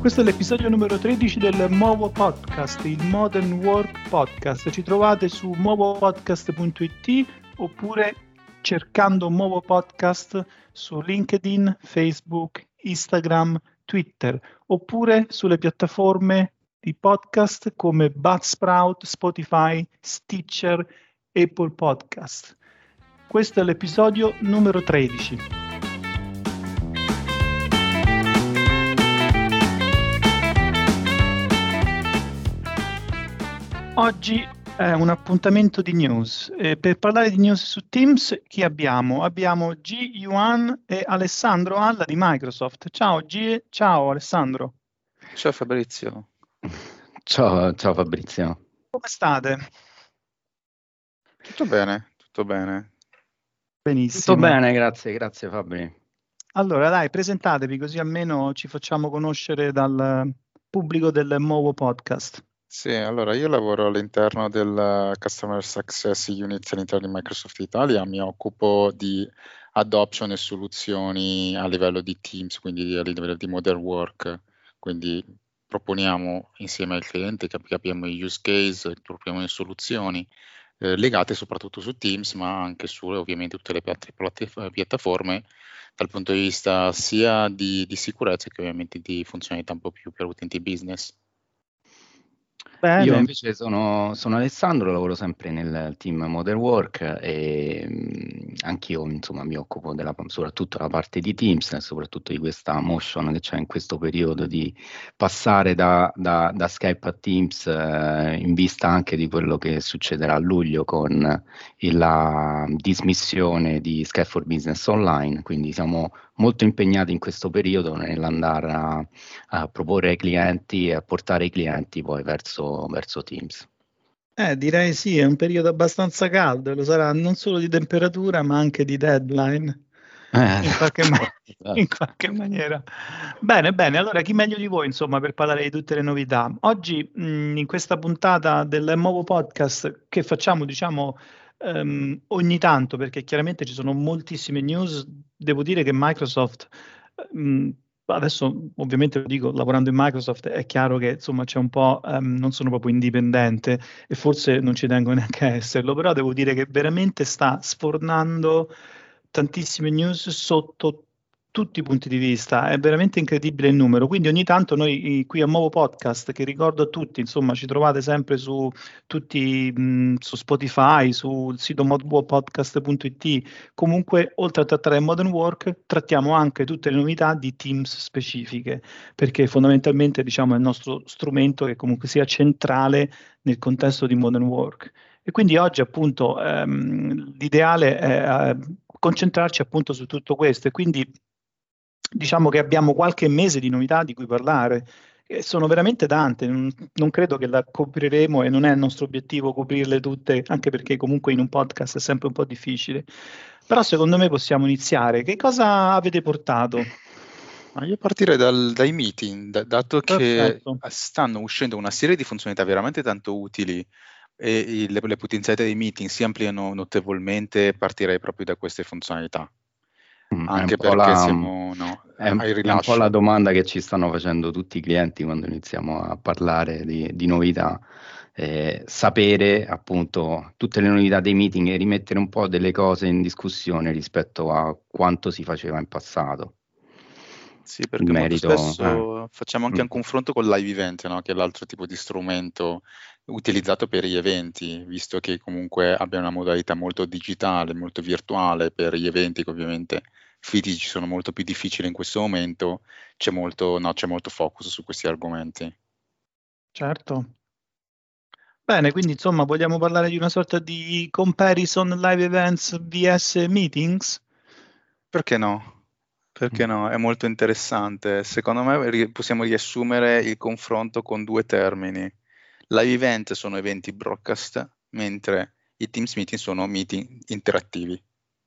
Questo è l'episodio numero 13 del Movo Podcast, il Modern Work Podcast. Ci trovate su movopodcast.it oppure cercando Movo Podcast su LinkedIn, Facebook, Instagram, Twitter, oppure sulle piattaforme di podcast come Buzzsprout, Spotify, Stitcher, Apple Podcast. Questo è l'episodio numero 13. Oggi è un appuntamento di news. Per parlare di news su Teams, chi abbiamo? Abbiamo G. Yuan e Alessandro Alla di Microsoft. Ciao G, ciao Alessandro. Ciao Fabrizio. Ciao Fabrizio. Come state? Tutto bene, tutto bene. Benissimo. Tutto bene, grazie Fabri. Allora dai, presentatevi così almeno ci facciamo conoscere dal pubblico del Movo Podcast. Sì, allora io lavoro all'interno del Customer Success Unit all'interno di Microsoft Italia, mi occupo di adoption e soluzioni a livello di Teams, quindi a livello di Modern Work, quindi proponiamo insieme al cliente, capiamo i use case, proponiamo le soluzioni legate soprattutto su Teams, ma anche su ovviamente tutte le piattaforme dal punto di vista sia di sicurezza che ovviamente di funzionalità un po' più per utenti business. Bene. Io invece sono Alessandro, lavoro sempre nel team Modern Work e anch'io insomma mi occupo soprattutto della parte di Teams e soprattutto di questa motion che c'è in questo periodo di passare da Skype a Teams in vista anche di quello che succederà a luglio con la dismissione di Skype for Business Online, quindi siamo molto impegnati in questo periodo nell'andare a proporre ai clienti e a portare i clienti poi verso Teams. Direi sì, è un periodo abbastanza caldo, lo sarà non solo di temperatura ma anche di deadline in qualche maniera. Bene, allora chi meglio di voi insomma per parlare di tutte le novità. Oggi in questa puntata del Movo Podcast che facciamo diciamo ogni tanto, perché chiaramente ci sono moltissime news, devo dire che Microsoft adesso ovviamente lo dico, lavorando in Microsoft è chiaro che insomma c'è un po', non sono proprio indipendente e forse non ci tengo neanche a esserlo, però devo dire che veramente sta sfornando tantissime news sotto tutti i punti di vista, è veramente incredibile il numero, quindi ogni tanto noi qui a Movo Podcast, che ricordo a tutti, insomma ci trovate sempre su tutti, su Spotify, sul sito movopodcast.it, comunque oltre a trattare Modern Work trattiamo anche tutte le novità di Teams specifiche, perché fondamentalmente diciamo è il nostro strumento che comunque sia centrale nel contesto di Modern Work. E quindi oggi appunto l'ideale è concentrarci appunto su tutto questo e quindi diciamo che abbiamo qualche mese di novità di cui parlare. Sono veramente tante, non credo che la copriremo e non è il nostro obiettivo coprirle tutte, anche perché comunque in un podcast è sempre un po' difficile. Però secondo me possiamo iniziare. Che cosa avete portato? Io partirei dai meeting, dato Perfetto. che stanno uscendo una serie di funzionalità veramente tanto utili e le potenzialità dei meeting si ampliano notevolmente, partirei proprio da queste funzionalità. Anche perché siamo è ai un rilascio. po' la domanda che ci stanno facendo tutti i clienti quando iniziamo a parlare di novità, sapere appunto tutte le novità dei meeting e rimettere un po' delle cose in discussione rispetto a quanto si faceva in passato. Sì, perché molto spesso facciamo anche un confronto con live event, no? Che è l'altro tipo di strumento utilizzato per gli eventi, visto che comunque abbiamo una modalità molto digitale, molto virtuale per gli eventi che ovviamente fisici sono molto più difficili in questo momento, c'è molto focus su questi argomenti. Certo. Bene, quindi insomma vogliamo parlare di una sorta di comparison live events vs meetings? Perché no? Perché no? È molto interessante. Secondo me possiamo riassumere il confronto con due termini. Live event sono eventi broadcast, mentre i Teams meeting sono meeting interattivi.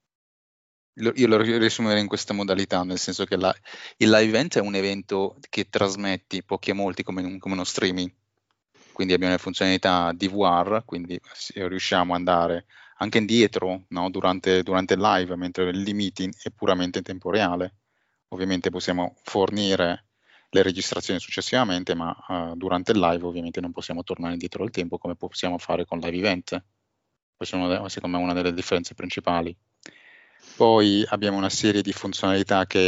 Io lo riassumerei in questa modalità, nel senso che il live event è un evento che trasmetti pochi e molti come uno streaming. Quindi abbiamo le funzionalità DVR, quindi riusciamo ad andare anche indietro, no? durante il live, mentre il meeting è puramente in tempo reale. Ovviamente possiamo fornire le registrazioni successivamente, ma durante il live ovviamente non possiamo tornare indietro al tempo come possiamo fare con Live Event. Questa è secondo me una delle differenze principali. Poi abbiamo una serie di funzionalità che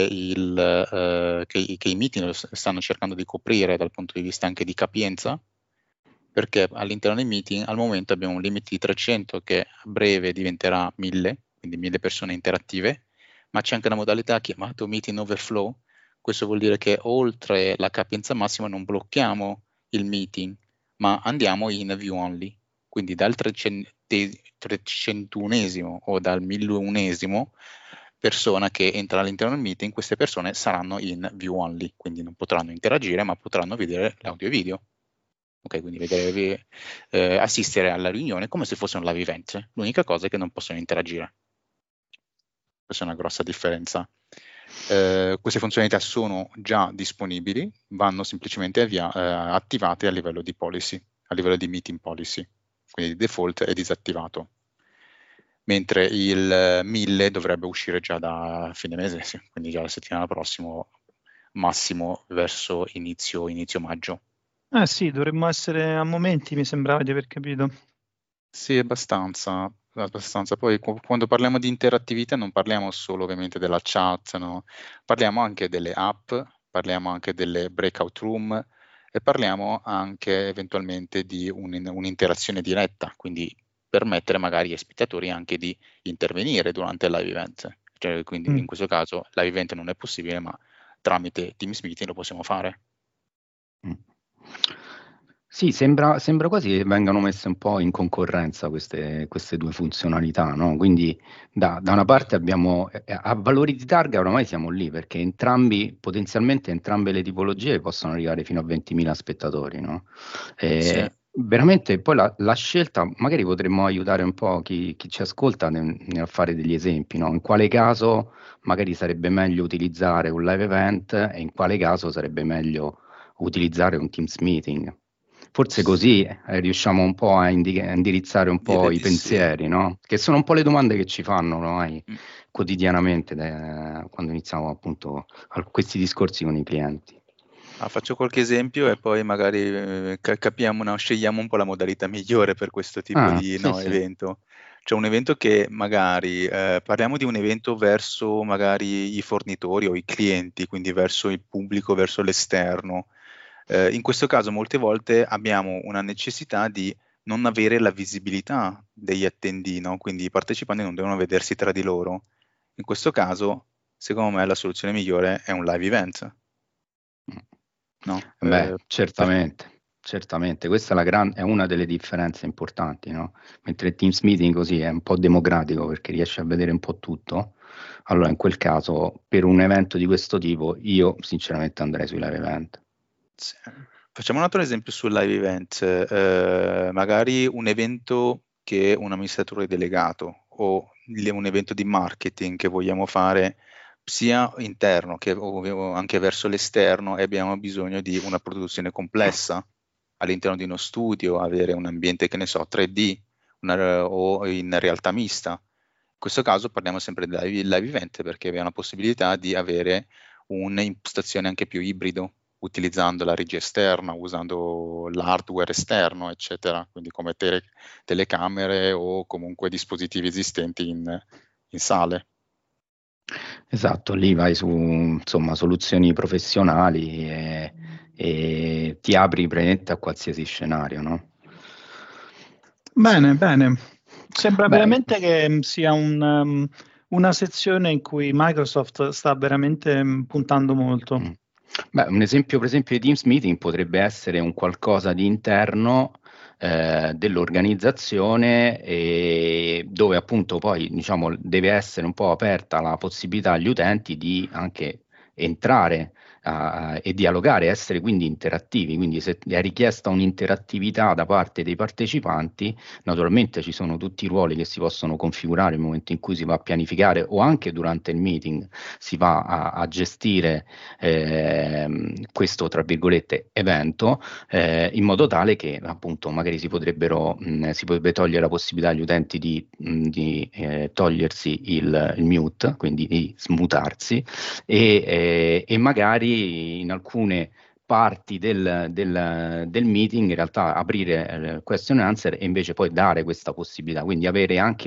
i meeting stanno cercando di coprire dal punto di vista anche di capienza, perché all'interno dei meeting al momento abbiamo un limite di 300 che a breve diventerà 1000, quindi 1000 persone interattive, ma c'è anche una modalità chiamata Meeting Overflow. Questo vuol dire che oltre la capienza massima non blocchiamo il meeting, ma andiamo in view only. Quindi dal 301esimo o dal 1001esimo persona che entra all'interno del meeting, queste persone saranno in view only, quindi non potranno interagire, ma potranno vedere l'audio e video. Ok, quindi assistere alla riunione come se fosse un live event. L'unica cosa è che non possono interagire. Questa è una grossa differenza. Queste funzionalità sono già disponibili, vanno semplicemente attivate a livello di policy, a livello di meeting policy. Quindi il default è disattivato. Mentre il 1000 dovrebbe uscire già da fine mese, sì, quindi già la settimana prossima, massimo verso inizio maggio. Sì, dovremmo essere a momenti, mi sembrava di aver capito. Sì, abbastanza. Poi quando parliamo di interattività non parliamo solo ovviamente della chat, no? Parliamo anche delle app, parliamo anche delle breakout room e parliamo anche eventualmente di un'interazione diretta, quindi permettere magari ai spettatori anche di intervenire durante il live event. Cioè, quindi in questo caso live event non è possibile, ma tramite Teams Meeting lo possiamo fare. Sì, sembra quasi che vengano messe un po' in concorrenza queste due funzionalità, no? Quindi da una parte abbiamo, a valori di targa oramai siamo lì, perché potenzialmente entrambe le tipologie possono arrivare fino a 20.000 spettatori, no? Sì. Veramente poi la scelta, magari potremmo aiutare un po' chi ci ascolta nel fare degli esempi, no? In quale caso magari sarebbe meglio utilizzare un live event e in quale caso sarebbe meglio utilizzare un Teams meeting. Forse così riusciamo un po' a indirizzare un po' Direi i di pensieri, sì. no? Che sono un po' le domande che ci fanno ormai quotidianamente quando iniziamo appunto questi discorsi con i clienti. Faccio qualche esempio e poi magari capiamo, no, scegliamo un po' la modalità migliore per questo tipo di Sì, sì. evento. C'è un evento che magari, parliamo di un evento verso magari i fornitori o i clienti, quindi verso il pubblico, verso l'esterno. In questo caso molte volte abbiamo una necessità di non avere la visibilità degli attendee, no? Quindi i partecipanti non devono vedersi tra di loro. In questo caso, secondo me, la soluzione migliore è un live event. No? Certamente, questa è una delle differenze importanti, no? Mentre il Teams Meeting così è un po' democratico perché riesce a vedere un po' tutto, allora in quel caso per un evento di questo tipo io sinceramente andrei sui live event. Sì. Facciamo un altro esempio sul live event, magari un evento che un amministratore delegato o un evento di marketing che vogliamo fare sia interno che anche verso l'esterno e abbiamo bisogno di una produzione complessa all'interno di uno studio, avere un ambiente che ne so 3D o in realtà mista. In questo caso parliamo sempre di live event perché abbiamo la possibilità di avere un'impostazione anche più ibrido, utilizzando la regia esterna, usando l'hardware esterno, eccetera, quindi come telecamere o comunque dispositivi esistenti in sale. Esatto, lì vai su insomma soluzioni professionali e ti apri praticamente a qualsiasi scenario, no? Bene. Sembra veramente che sia una sezione in cui Microsoft sta veramente puntando molto. Un esempio per esempio di Teams Meeting potrebbe essere un qualcosa di interno dell'organizzazione dove appunto poi diciamo deve essere un po' aperta la possibilità agli utenti di anche entrare e dialogare, essere quindi interattivi, quindi se è richiesta un'interattività da parte dei partecipanti, naturalmente ci sono tutti i ruoli che si possono configurare nel momento in cui si va a pianificare o anche durante il meeting si va a gestire questo tra virgolette evento in modo tale che appunto magari si potrebbe togliere la possibilità agli utenti di togliersi il mute, quindi di smutarsi e magari magari in alcune parti del meeting in realtà aprire question and answer e invece poi dare questa possibilità, quindi avere anche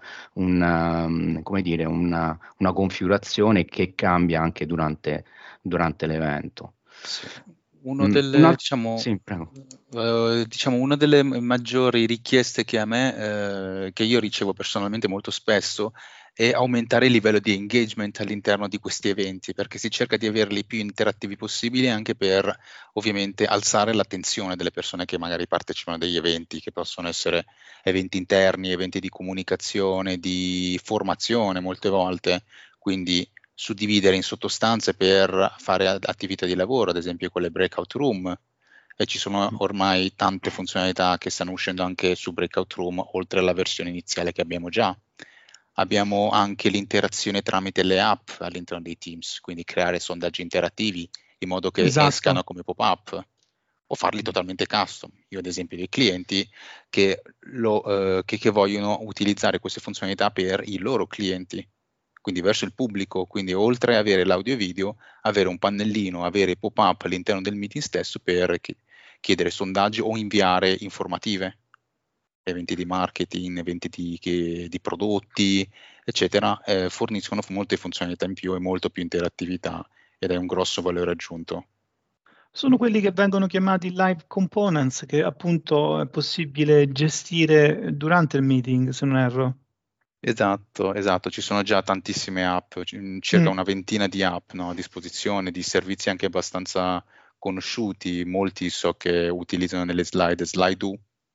come dire, una configurazione che cambia anche durante l'evento. Sì. Diciamo, prego. diciamo, una delle maggiori richieste che che io ricevo personalmente molto spesso è aumentare il livello di engagement all'interno di questi eventi, perché si cerca di averli più interattivi possibili anche per ovviamente alzare l'attenzione delle persone che magari partecipano degli eventi, che possono essere eventi interni, eventi di comunicazione, di formazione molte volte, quindi suddividere in sottostanze per fare attività di lavoro, ad esempio con le breakout room, e ci sono ormai tante funzionalità che stanno uscendo anche su breakout room, oltre alla versione iniziale che abbiamo già. Abbiamo anche l'interazione tramite le app all'interno dei Teams, quindi creare sondaggi interattivi in modo che escano come pop-up o farli totalmente custom. Io ad esempio ho dei clienti che vogliono utilizzare queste funzionalità per i loro clienti, quindi verso il pubblico, quindi oltre ad avere l'audio e video, avere un pannellino, avere pop-up all'interno del meeting stesso per chiedere sondaggi o inviare informative, eventi di marketing, eventi di prodotti, eccetera, forniscono molte funzionalità in più e molto più interattività ed è un grosso valore aggiunto. Sono quelli che vengono chiamati live components, che appunto è possibile gestire durante il meeting, se non erro. Esatto, ci sono già tantissime app, circa una ventina di app, no, a disposizione, di servizi anche abbastanza conosciuti, molti so che utilizzano nelle Slido,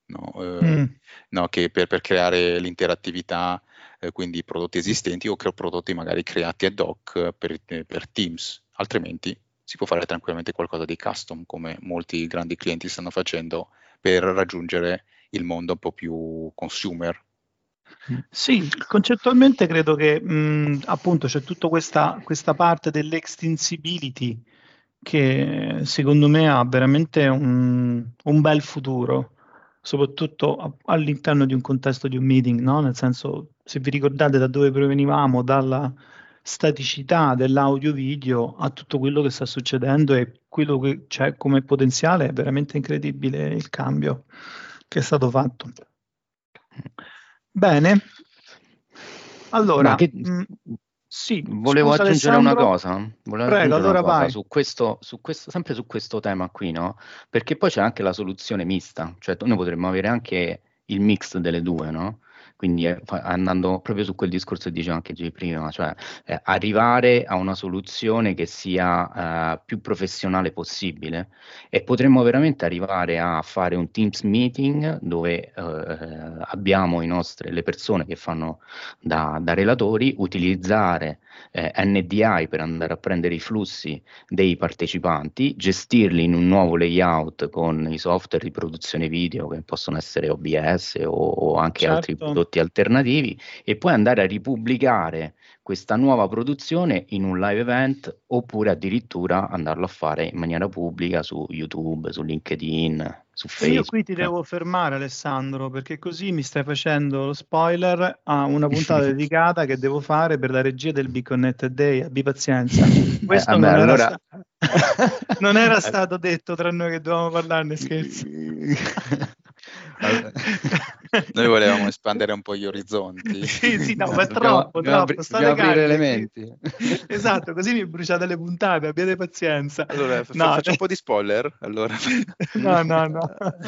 no, che per creare l'interattività, quindi prodotti esistenti o prodotti magari creati ad hoc per Teams, altrimenti si può fare tranquillamente qualcosa di custom, come molti grandi clienti stanno facendo per raggiungere il mondo un po' più consumer. Sì, concettualmente credo che appunto c'è tutta questa parte dell'extensibility che secondo me ha veramente un bel futuro, soprattutto all'interno di un contesto di un meeting, no? Nel senso, se vi ricordate da dove provenivamo, dalla staticità dell'audio video a tutto quello che sta succedendo e quello che c'è come potenziale, è veramente incredibile il cambio che è stato fatto. Bene, allora, sì, volevo scusa, aggiungere Alessandro. una cosa. Prego, allora vai. Sempre su questo tema qui, no? Perché poi c'è anche la soluzione mista, cioè noi potremmo avere anche il mix delle due, no? Quindi andando proprio su quel discorso che diceva anche G prima, cioè arrivare a una soluzione che sia più professionale possibile e potremmo veramente arrivare a fare un Teams meeting dove abbiamo le persone che fanno da relatori, utilizzare NDI per andare a prendere i flussi dei partecipanti, gestirli in un nuovo layout con i software di produzione video che possono essere OBS o anche altri prodotti alternativi e poi andare a ripubblicare questa nuova produzione in un live event oppure addirittura andarlo a fare in maniera pubblica su YouTube, su LinkedIn, su Facebook. E io qui ti devo fermare, Alessandro, perché così mi stai facendo lo spoiler a una puntata dedicata che devo fare per la regia del Be Connected Day. Abbi pazienza. Questo non era stato detto tra noi che dovevamo parlarne, scherzo. Noi volevamo espandere un po' gli orizzonti. Sì, no, ma è troppo. State aprire elementi. Esatto, così mi bruciate le puntate, abbiate pazienza. Allora, faccio un po' di spoiler. Allora. No.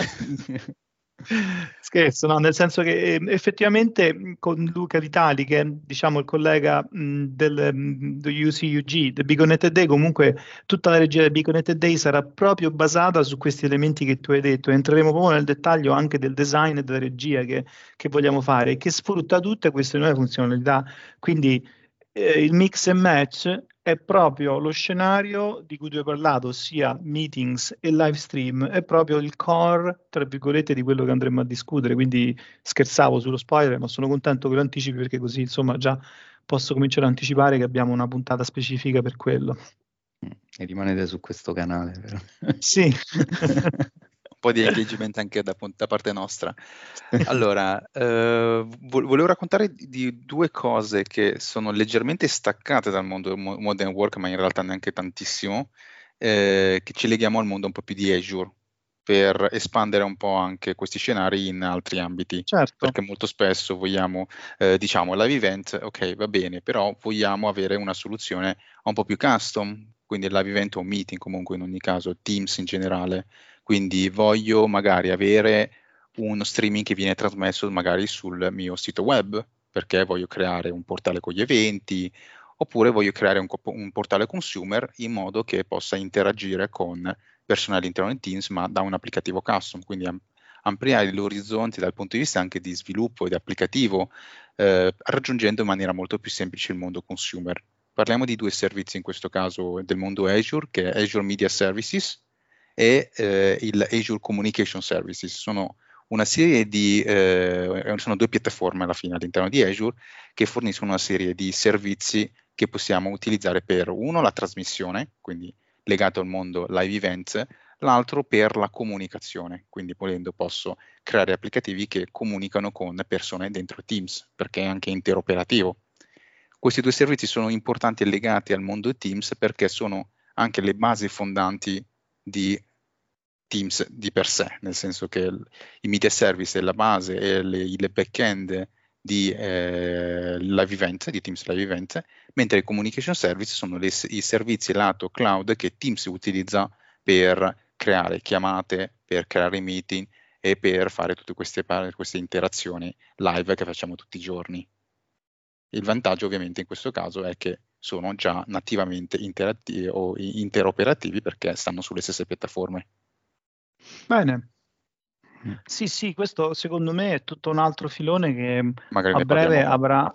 Scherzo, no, nel senso che effettivamente con Luca Vitali, che è diciamo il collega del UCUG, del Be Connected Day, comunque tutta la regia del Be Connected Day sarà proprio basata su questi elementi che tu hai detto. Entreremo proprio nel dettaglio anche del design e della regia che vogliamo fare, che sfrutta tutte queste nuove funzionalità. Quindi il mix and match è proprio lo scenario di cui tu hai parlato, ossia meetings e live stream, è proprio il core, tra virgolette, di quello che andremo a discutere. Quindi scherzavo sullo spoiler, ma sono contento che lo anticipi perché così insomma già posso cominciare a anticipare che abbiamo una puntata specifica per quello. E rimanete su questo canale, però. Sì. po' di engagement anche da parte nostra. Allora, volevo raccontare di due cose che sono leggermente staccate dal mondo modern work, ma in realtà neanche tantissimo, che ci leghiamo al mondo un po' più di Azure, per espandere un po' anche questi scenari in altri ambiti. Certo. Perché molto spesso vogliamo, diciamo, live event, ok, va bene, però vogliamo avere una soluzione un po' più custom, quindi il live event o meeting comunque in ogni caso, Teams in generale. Quindi voglio magari avere uno streaming che viene trasmesso magari sul mio sito web, perché voglio creare un portale con gli eventi, oppure voglio creare un portale consumer in modo che possa interagire con persone all'interno di Teams, ma da un applicativo custom, quindi ampliare gli orizzonti dal punto di vista anche di sviluppo ed applicativo, raggiungendo in maniera molto più semplice il mondo consumer. Parliamo di due servizi in questo caso del mondo Azure, che è Azure Media Services e il Azure Communication Services. Sono una serie sono due piattaforme alla fine all'interno di Azure che forniscono una serie di servizi che possiamo utilizzare per uno la trasmissione, quindi legato al mondo live events, l'altro per la comunicazione, quindi volendo posso creare applicativi che comunicano con persone dentro Teams, perché è anche interoperativo. Questi due servizi sono importanti e legati al mondo Teams perché sono anche le basi fondanti di Teams di per sé, nel senso che i media service è la base e le back-end di live event, di Teams Live Event, mentre i communication service sono i servizi lato cloud che Teams utilizza per creare chiamate, per creare meeting e per fare tutte queste interazioni live che facciamo tutti i giorni. Il vantaggio ovviamente in questo caso è che sono già nativamente interattivi o interoperativi perché stanno sulle stesse piattaforme. Bene. Sì, questo secondo me è tutto un altro filone che Magari a breve avrà...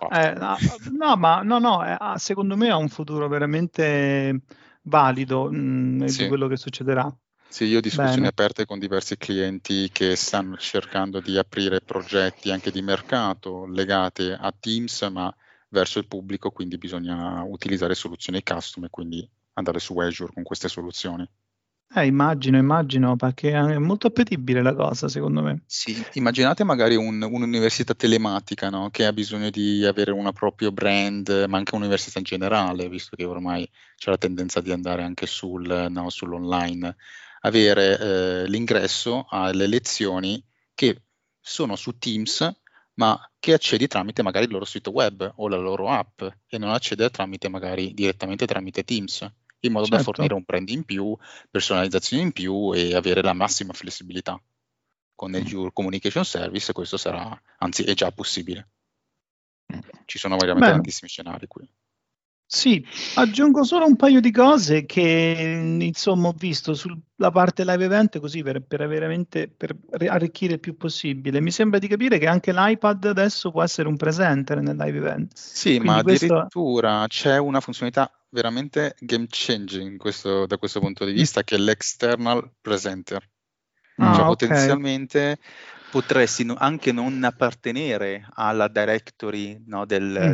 no, secondo me ha un futuro veramente valido di sì. quello che succederà. Sì, io ho discussioni Bene. aperte con diversi clienti che stanno cercando di aprire progetti anche di mercato legati a Teams, ma verso il pubblico, quindi bisogna utilizzare soluzioni custom e quindi andare su Azure con queste soluzioni. Immagino, perché è molto appetibile la cosa, secondo me. Sì, immaginate magari un'università telematica, no? Che ha bisogno di avere un proprio brand, ma anche un'università in generale, visto che ormai c'è la tendenza di andare anche sull'online, avere l'ingresso alle lezioni che sono su Teams, ma che accedi tramite magari il loro sito web o la loro app e non accedere direttamente tramite Teams, in modo da Certo. fornire un brand in più, personalizzazione in più e avere la massima flessibilità. Con Azure Communication Service questo sarà, anzi è già possibile. Ci sono veramente tantissimi scenari qui. Sì, aggiungo solo un paio di cose che insomma ho visto sulla parte live event così per arricchire il più possibile. Mi sembra di capire che anche l'iPad adesso può essere un presenter nel live event. Sì, quindi ma addirittura c'è una funzionalità veramente game changing da questo punto di vista, che è l'external presenter. Cioè potenzialmente potresti anche non appartenere alla directory, no,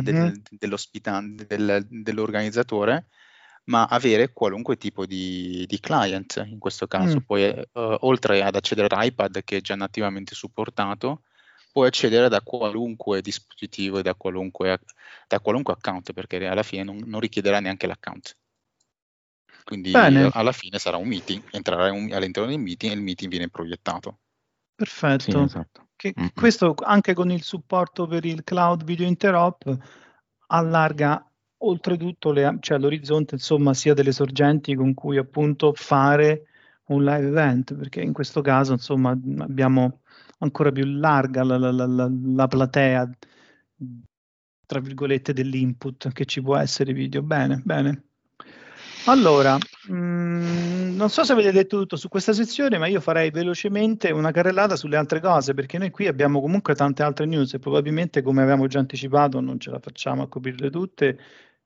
dell'organizzatore, ma avere qualunque tipo di client in questo caso. Poi oltre ad accedere all'iPad che è già nativamente supportato, puoi accedere da qualunque dispositivo e da qualunque account, perché alla fine non richiederà neanche l'account. Quindi alla fine sarà un meeting, entrerai all'interno del meeting e il meeting viene proiettato. Perfetto. Sì, esatto. Questo anche con il supporto per il cloud video interop allarga oltretutto l'orizzonte, insomma, sia delle sorgenti con cui appunto fare un live event, perché in questo caso insomma abbiamo ancora più larga la platea, tra virgolette, dell'input che ci può essere video. Bene. Allora, non so se avete detto tutto su questa sezione, ma io farei velocemente una carrellata sulle altre cose, perché noi qui abbiamo comunque tante altre news e probabilmente, come avevamo già anticipato, non ce la facciamo a coprirle tutte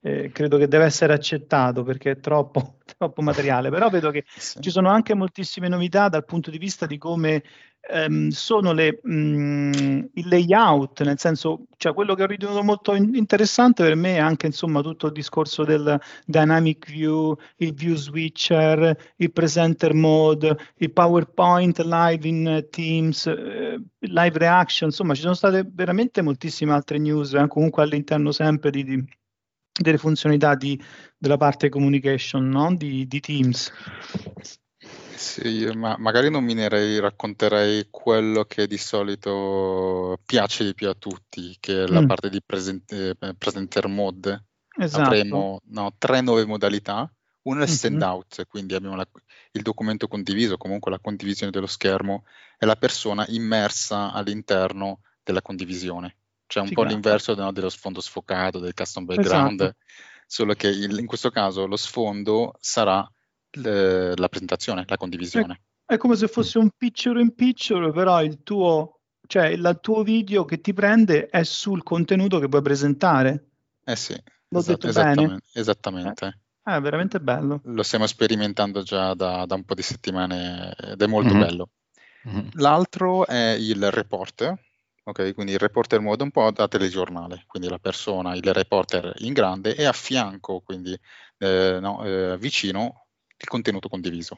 credo che deve essere accettato perché è troppo, troppo materiale, però vedo che Sì. ci sono anche moltissime novità dal punto di vista di come sono il layout, nel senso, cioè quello che ho ritenuto molto interessante per me è anche insomma tutto il discorso del dynamic view, il view switcher, il presenter mode, il PowerPoint live in Teams, live reaction, insomma ci sono state veramente moltissime altre news, comunque all'interno sempre delle funzionalità della parte communication, no? di Teams. Sì, ma magari racconterei quello che di solito piace di più a tutti, che è la parte di presenter mode. Esatto. Avremo 3 nuove modalità. Una è Mhm. standout, quindi abbiamo il documento condiviso, comunque la condivisione dello schermo e la persona immersa all'interno della condivisione. Cioè un po' Figata. l'inverso dello sfondo sfocato, del custom background, Esatto. solo che in questo caso lo sfondo sarà la presentazione, la condivisione. È come se fosse un picture in picture, però il tuo video che ti prende è sul contenuto che vuoi presentare. Sì, L'ho detto bene? esattamente. È veramente bello. Lo stiamo sperimentando già da un po' di settimane ed è molto bello. L'altro è il report, ok? Quindi il reporter mode un po' da telegiornale, quindi la persona, il reporter in grande e a fianco, quindi vicino, il contenuto condiviso.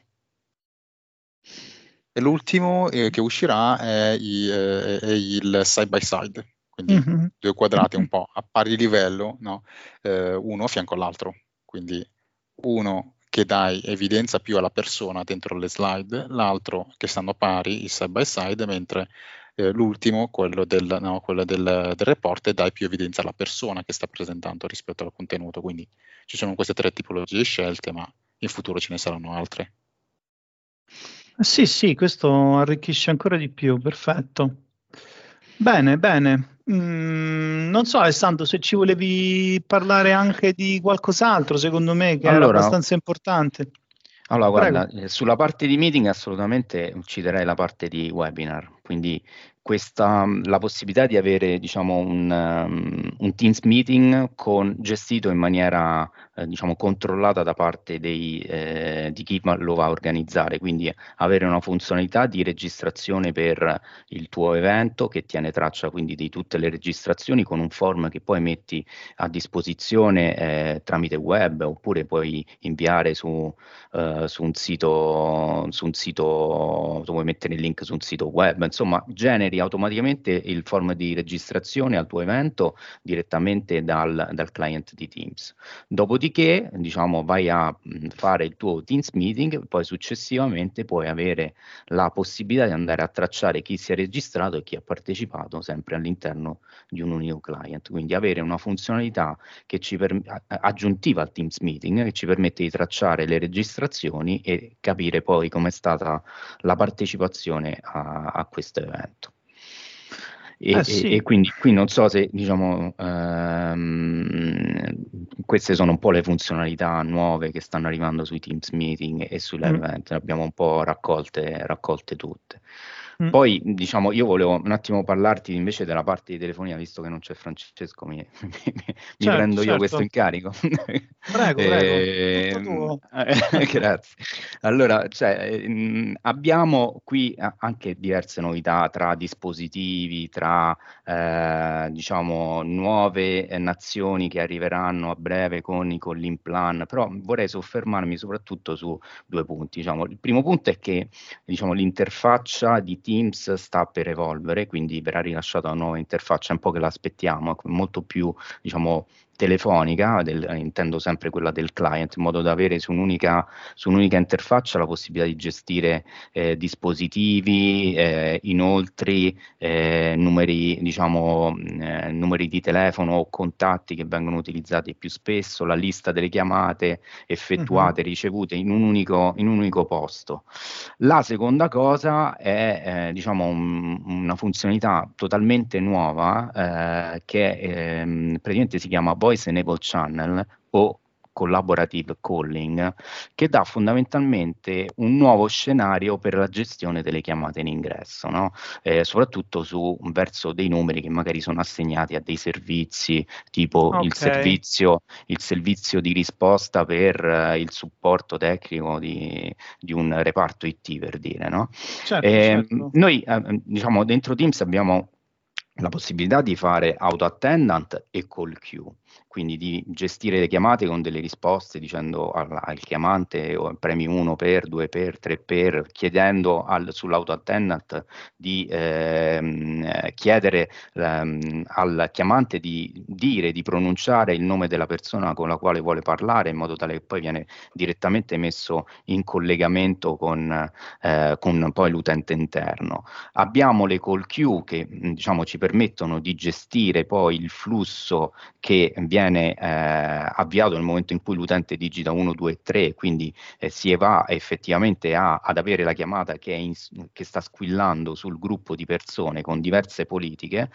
E l'ultimo che uscirà è il side by side, quindi due quadrati un po' a pari livello, no? Uno a fianco all'altro, quindi uno che dai evidenza più alla persona dentro le slide, l'altro che stanno pari, il side by side, mentre l'ultimo, quello del report, dai più evidenza alla persona che sta presentando rispetto al contenuto. Quindi ci sono queste 3 tipologie scelte, ma in futuro ce ne saranno altre. Sì, questo arricchisce ancora di più, perfetto. Bene. Non so Alessandro se ci volevi parlare anche di qualcos'altro, secondo me, che era abbastanza importante. Allora, Prego. guarda, sulla parte di meeting assolutamente ucciderei la parte di webinar, quindi la possibilità di avere, diciamo, un Teams meeting gestito in maniera, diciamo, controllata da parte di chi lo va a organizzare, quindi avere una funzionalità di registrazione per il tuo evento che tiene traccia quindi di tutte le registrazioni con un form che poi metti a disposizione tramite web oppure puoi inviare su un sito, tu vuoi mettere il link su un sito web, insomma, generi automaticamente il form di registrazione al tuo evento direttamente dal client di Teams. Dopodiché, diciamo, vai a fare il tuo Teams meeting, poi successivamente puoi avere la possibilità di andare a tracciare chi si è registrato e chi ha partecipato sempre all'interno di un unico client, quindi avere una funzionalità che aggiuntiva al Teams meeting che ci permette di tracciare le registrazioni e capire poi com'è stata la partecipazione a questo evento. E quindi qui non so se diciamo queste sono un po' le funzionalità nuove che stanno arrivando sui Teams meeting e sui live event, le abbiamo un po' raccolte tutte. Poi diciamo io volevo un attimo parlarti invece della parte di telefonia, visto che non c'è Francesco, mi prendo io questo incarico. Prego, tutto tuo. Grazie. Allora, abbiamo qui anche diverse novità tra dispositivi, tra diciamo nuove nazioni che arriveranno a breve con i calling plan, però vorrei soffermarmi soprattutto su 2 punti. Diciamo, il primo punto è che diciamo, l'interfaccia di Teams sta per evolvere, quindi verrà rilasciata una nuova interfaccia, un po' che l'aspettiamo, molto più diciamo telefonica, intendo sempre quella del client, in modo da avere su un'unica interfaccia la possibilità di gestire dispositivi, inoltri, numeri di telefono o contatti che vengono utilizzati più spesso, la lista delle chiamate effettuate, ricevute in un unico posto. La seconda cosa è diciamo una funzionalità totalmente nuova che praticamente si chiama Voice Enable Channel o collaborative calling, che dà fondamentalmente un nuovo scenario per la gestione delle chiamate in ingresso, no? Soprattutto verso dei numeri che magari sono assegnati a dei servizi, tipo il Ok, servizio di risposta per il supporto tecnico di un reparto IT, per dire, no? certo, certo. Noi, diciamo, dentro Teams abbiamo la possibilità di fare auto attendant e call queue, quindi di gestire le chiamate con delle risposte dicendo al chiamante premi 1 per, 2 per, 3 per, chiedendo sull'auto attendant di chiedere al chiamante di dire, di pronunciare il nome della persona con la quale vuole parlare, in modo tale che poi viene direttamente messo in collegamento con poi l'utente interno. Abbiamo le call queue che diciamo ci permettono di gestire poi il flusso che viene avviato nel momento in cui l'utente digita 1, 2, 3, quindi si va effettivamente ad avere la chiamata che sta squillando sul gruppo di persone con diverse politiche.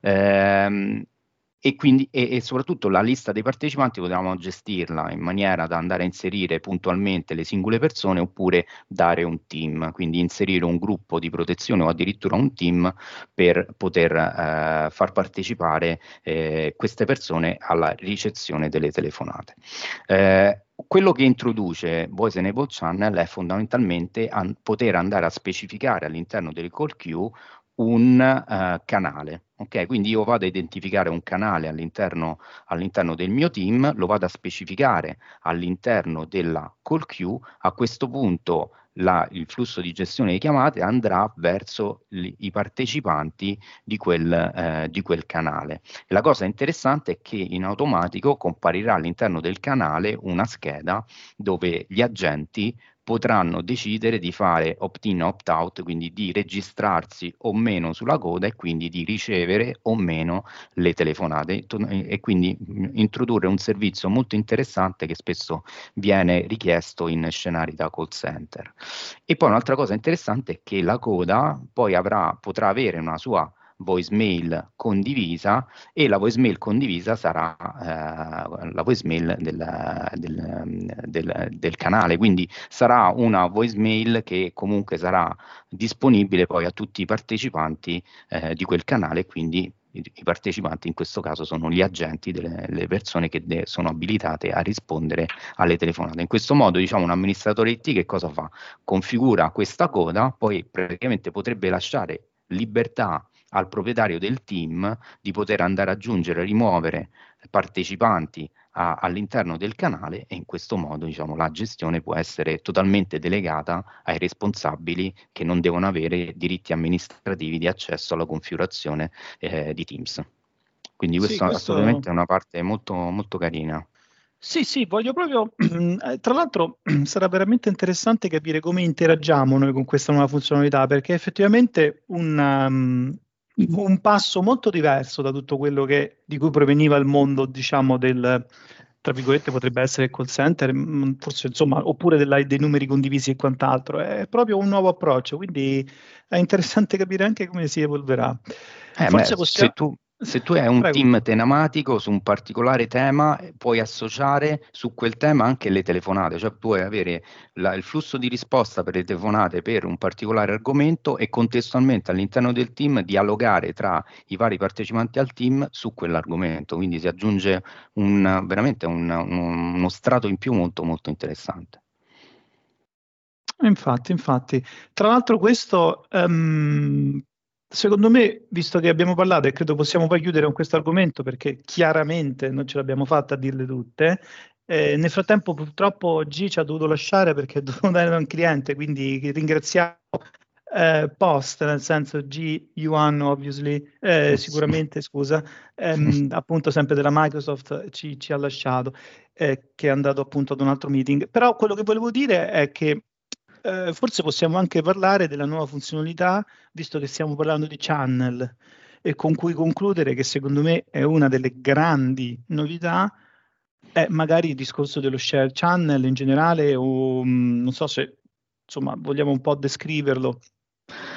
E quindi e soprattutto la lista dei partecipanti potevamo gestirla in maniera da andare a inserire puntualmente le singole persone, oppure dare un team, quindi inserire un gruppo di protezione o addirittura un team per poter far partecipare queste persone alla ricezione delle telefonate. Quello che introduce Voice Enable Channel è fondamentalmente poter andare a specificare all'interno delle call queue un canale. Ok, quindi io vado a identificare un canale all'interno del mio team, lo vado a specificare all'interno della call queue. A questo punto il flusso di gestione di chiamate andrà verso i partecipanti di quel canale. E la cosa interessante è che in automatico comparirà all'interno del canale una scheda dove gli agenti potranno decidere di fare opt-in o opt-out, quindi di registrarsi o meno sulla coda e quindi di ricevere o meno le telefonate, e quindi introdurre un servizio molto interessante che spesso viene richiesto in scenari da call center. E poi un'altra cosa interessante è che la coda poi potrà avere una sua voicemail condivisa, e la voicemail condivisa sarà la voicemail del canale, quindi sarà una voicemail che comunque sarà disponibile poi a tutti i partecipanti di quel canale, quindi i partecipanti in questo caso sono gli agenti delle persone che sono abilitate a rispondere alle telefonate. In questo modo, diciamo, un amministratore IT che cosa fa? Configura questa coda, poi praticamente potrebbe lasciare libertà al proprietario del team di poter andare ad aggiungere, rimuovere partecipanti all'interno del canale, e in questo modo, diciamo, la gestione può essere totalmente delegata ai responsabili, che non devono avere diritti amministrativi di accesso alla configurazione di Teams. Quindi Sì, questo questo... assolutamente è una parte molto, molto carina. Sì, sì, voglio proprio, tra l'altro sarà veramente interessante capire come interagiamo noi con questa nuova funzionalità, perché è effettivamente un passo molto diverso da tutto quello di cui proveniva il mondo, diciamo, tra virgolette, potrebbe essere il call center, forse, insomma, oppure dei numeri condivisi e quant'altro. È proprio un nuovo approccio, quindi è interessante capire anche come si evolverà. Forse possiamo... Se tu hai un Prego. team tematico su un particolare tema, puoi associare su quel tema anche le telefonate, cioè puoi avere il flusso di risposta per le telefonate per un particolare argomento, e contestualmente all'interno del team dialogare tra i vari partecipanti al team su quell'argomento. Quindi si aggiunge veramente uno strato in più molto, molto interessante. Infatti, infatti. Tra l'altro questo, secondo me, visto che abbiamo parlato, e credo possiamo poi chiudere con questo argomento, perché chiaramente non ce l'abbiamo fatta a dirle tutte, nel frattempo purtroppo G ci ha dovuto lasciare perché è dovuto andare da un cliente, quindi ringraziamo Post, nel senso G Yuan, obviously, sicuramente, scusa, appunto sempre della Microsoft ci ha lasciato, che è andato appunto ad un altro meeting. Però quello che volevo dire è che forse possiamo anche parlare della nuova funzionalità, visto che stiamo parlando di channel, e con cui concludere che secondo me è una delle grandi novità, è magari il discorso dello share channel in generale, o non so se insomma vogliamo un po' descriverlo.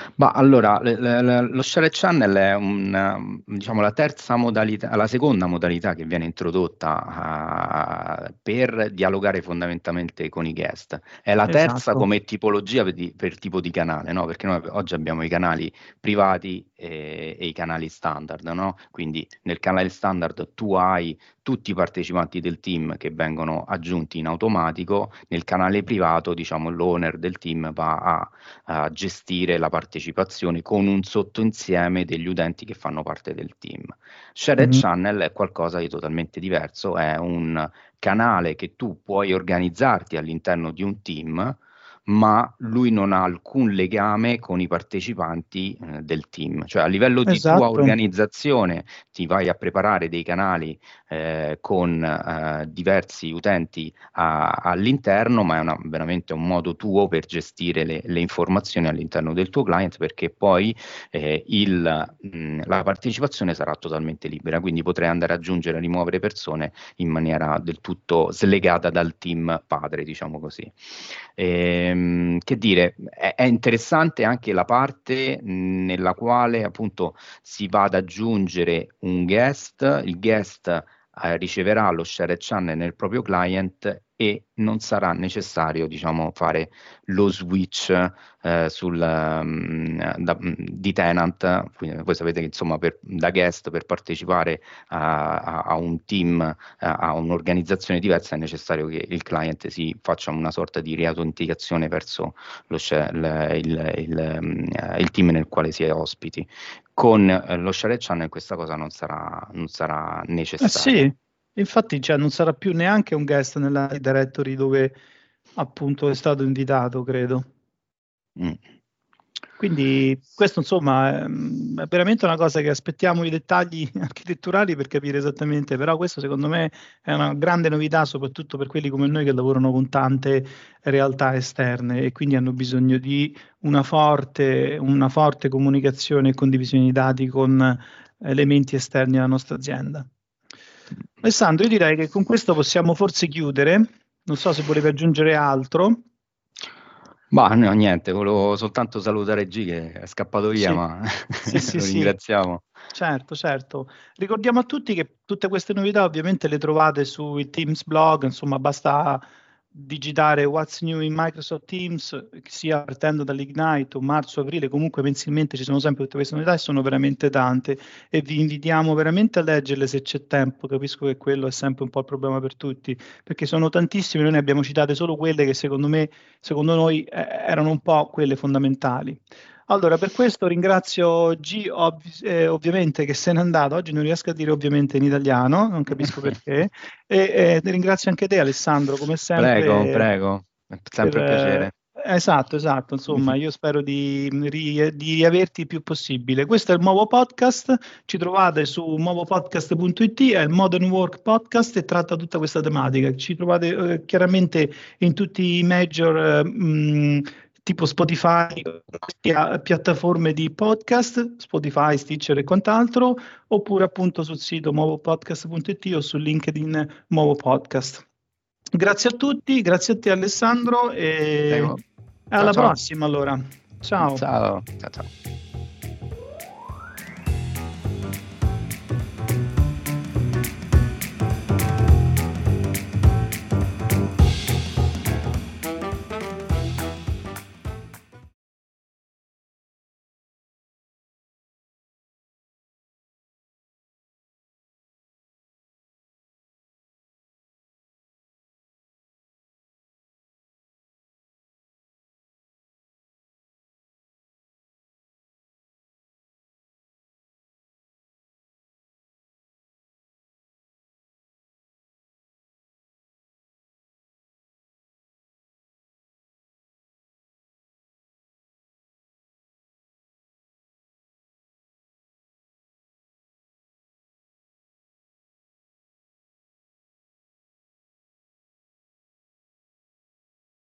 Ma allora, lo Share Channel è diciamo, la terza modalità, la seconda modalità che viene introdotta per dialogare fondamentalmente con i guest. È la terza Esatto. come tipologia per tipo di canale, no? Perché noi oggi abbiamo i canali privati e i canali standard, no? Quindi nel canale standard tu hai tutti i partecipanti del team che vengono aggiunti in automatico, nel canale privato, diciamo, l'owner del team va a gestire la partecipazione con un sottoinsieme degli utenti che fanno parte del team. Shared Mhm. Channel è qualcosa di totalmente diverso, è un canale che tu puoi organizzarti all'interno di un team, ma lui non ha alcun legame con i partecipanti del team. Cioè a livello di tua Esatto. organizzazione ti vai a preparare dei canali con diversi utenti all'interno, ma è veramente un modo tuo per gestire le informazioni all'interno del tuo client, perché poi la partecipazione sarà totalmente libera, quindi potrai andare ad aggiungere e rimuovere persone in maniera del tutto slegata dal team padre, diciamo così. Che dire, è interessante anche la parte nella quale appunto si va ad aggiungere un guest, il guest riceverà lo share channel nel proprio client e non sarà necessario, diciamo, fare lo switch di tenant. Quindi voi sapete che insomma da guest per partecipare a un team, a un'organizzazione diversa, è necessario che il client si faccia una sorta di riautenticazione verso il team nel quale si è ospiti. Con lo share channel questa cosa non sarà necessaria. Sì, infatti cioè, non sarà più neanche un guest nella directory dove appunto è stato invitato, credo. Mm. Quindi questo insomma è veramente una cosa che aspettiamo i dettagli architetturali per capire esattamente, però questo secondo me è una grande novità, soprattutto per quelli come noi che lavorano con tante realtà esterne e quindi hanno bisogno di una forte comunicazione e condivisione di dati con elementi esterni alla nostra azienda. Alessandro, io direi che con questo possiamo forse chiudere. Non so se volevi aggiungere altro. Ma no, niente, volevo soltanto salutare G che è scappato via, Sì, ma sì, sì, lo sì. ringraziamo. Certo, certo. Ricordiamo a tutti che tutte queste novità ovviamente le trovate sui Teams blog, insomma basta digitare What's New in Microsoft Teams, sia partendo dall'Ignite o marzo, aprile, comunque mensilmente ci sono sempre tutte queste novità e sono veramente tante e vi invitiamo veramente a leggerle se c'è tempo, capisco che quello è sempre un po' il problema per tutti, perché sono tantissime, noi ne abbiamo citate solo quelle che secondo noi erano un po' quelle fondamentali. Allora, per questo ringrazio G, ovviamente che se n'è andato, oggi non riesco a dire ovviamente in italiano, non capisco perché, e ringrazio anche te Alessandro, come Prego, sempre, prego, è per, sempre un piacere. esatto, insomma, io spero di riaverti il più possibile. Questo è il Movo Podcast, ci trovate su movopodcast.it, è il Modern Work Podcast e tratta tutta questa tematica. Ci trovate chiaramente in tutti i major tipo Spotify, piattaforme di podcast, Spotify, Stitcher e quant'altro, oppure appunto sul sito movopodcast.it o su LinkedIn Movo Podcast. Grazie a tutti, grazie a te Alessandro e Prego. Ciao alla ciao. prossima allora. Ciao. Ciao, ciao ciao.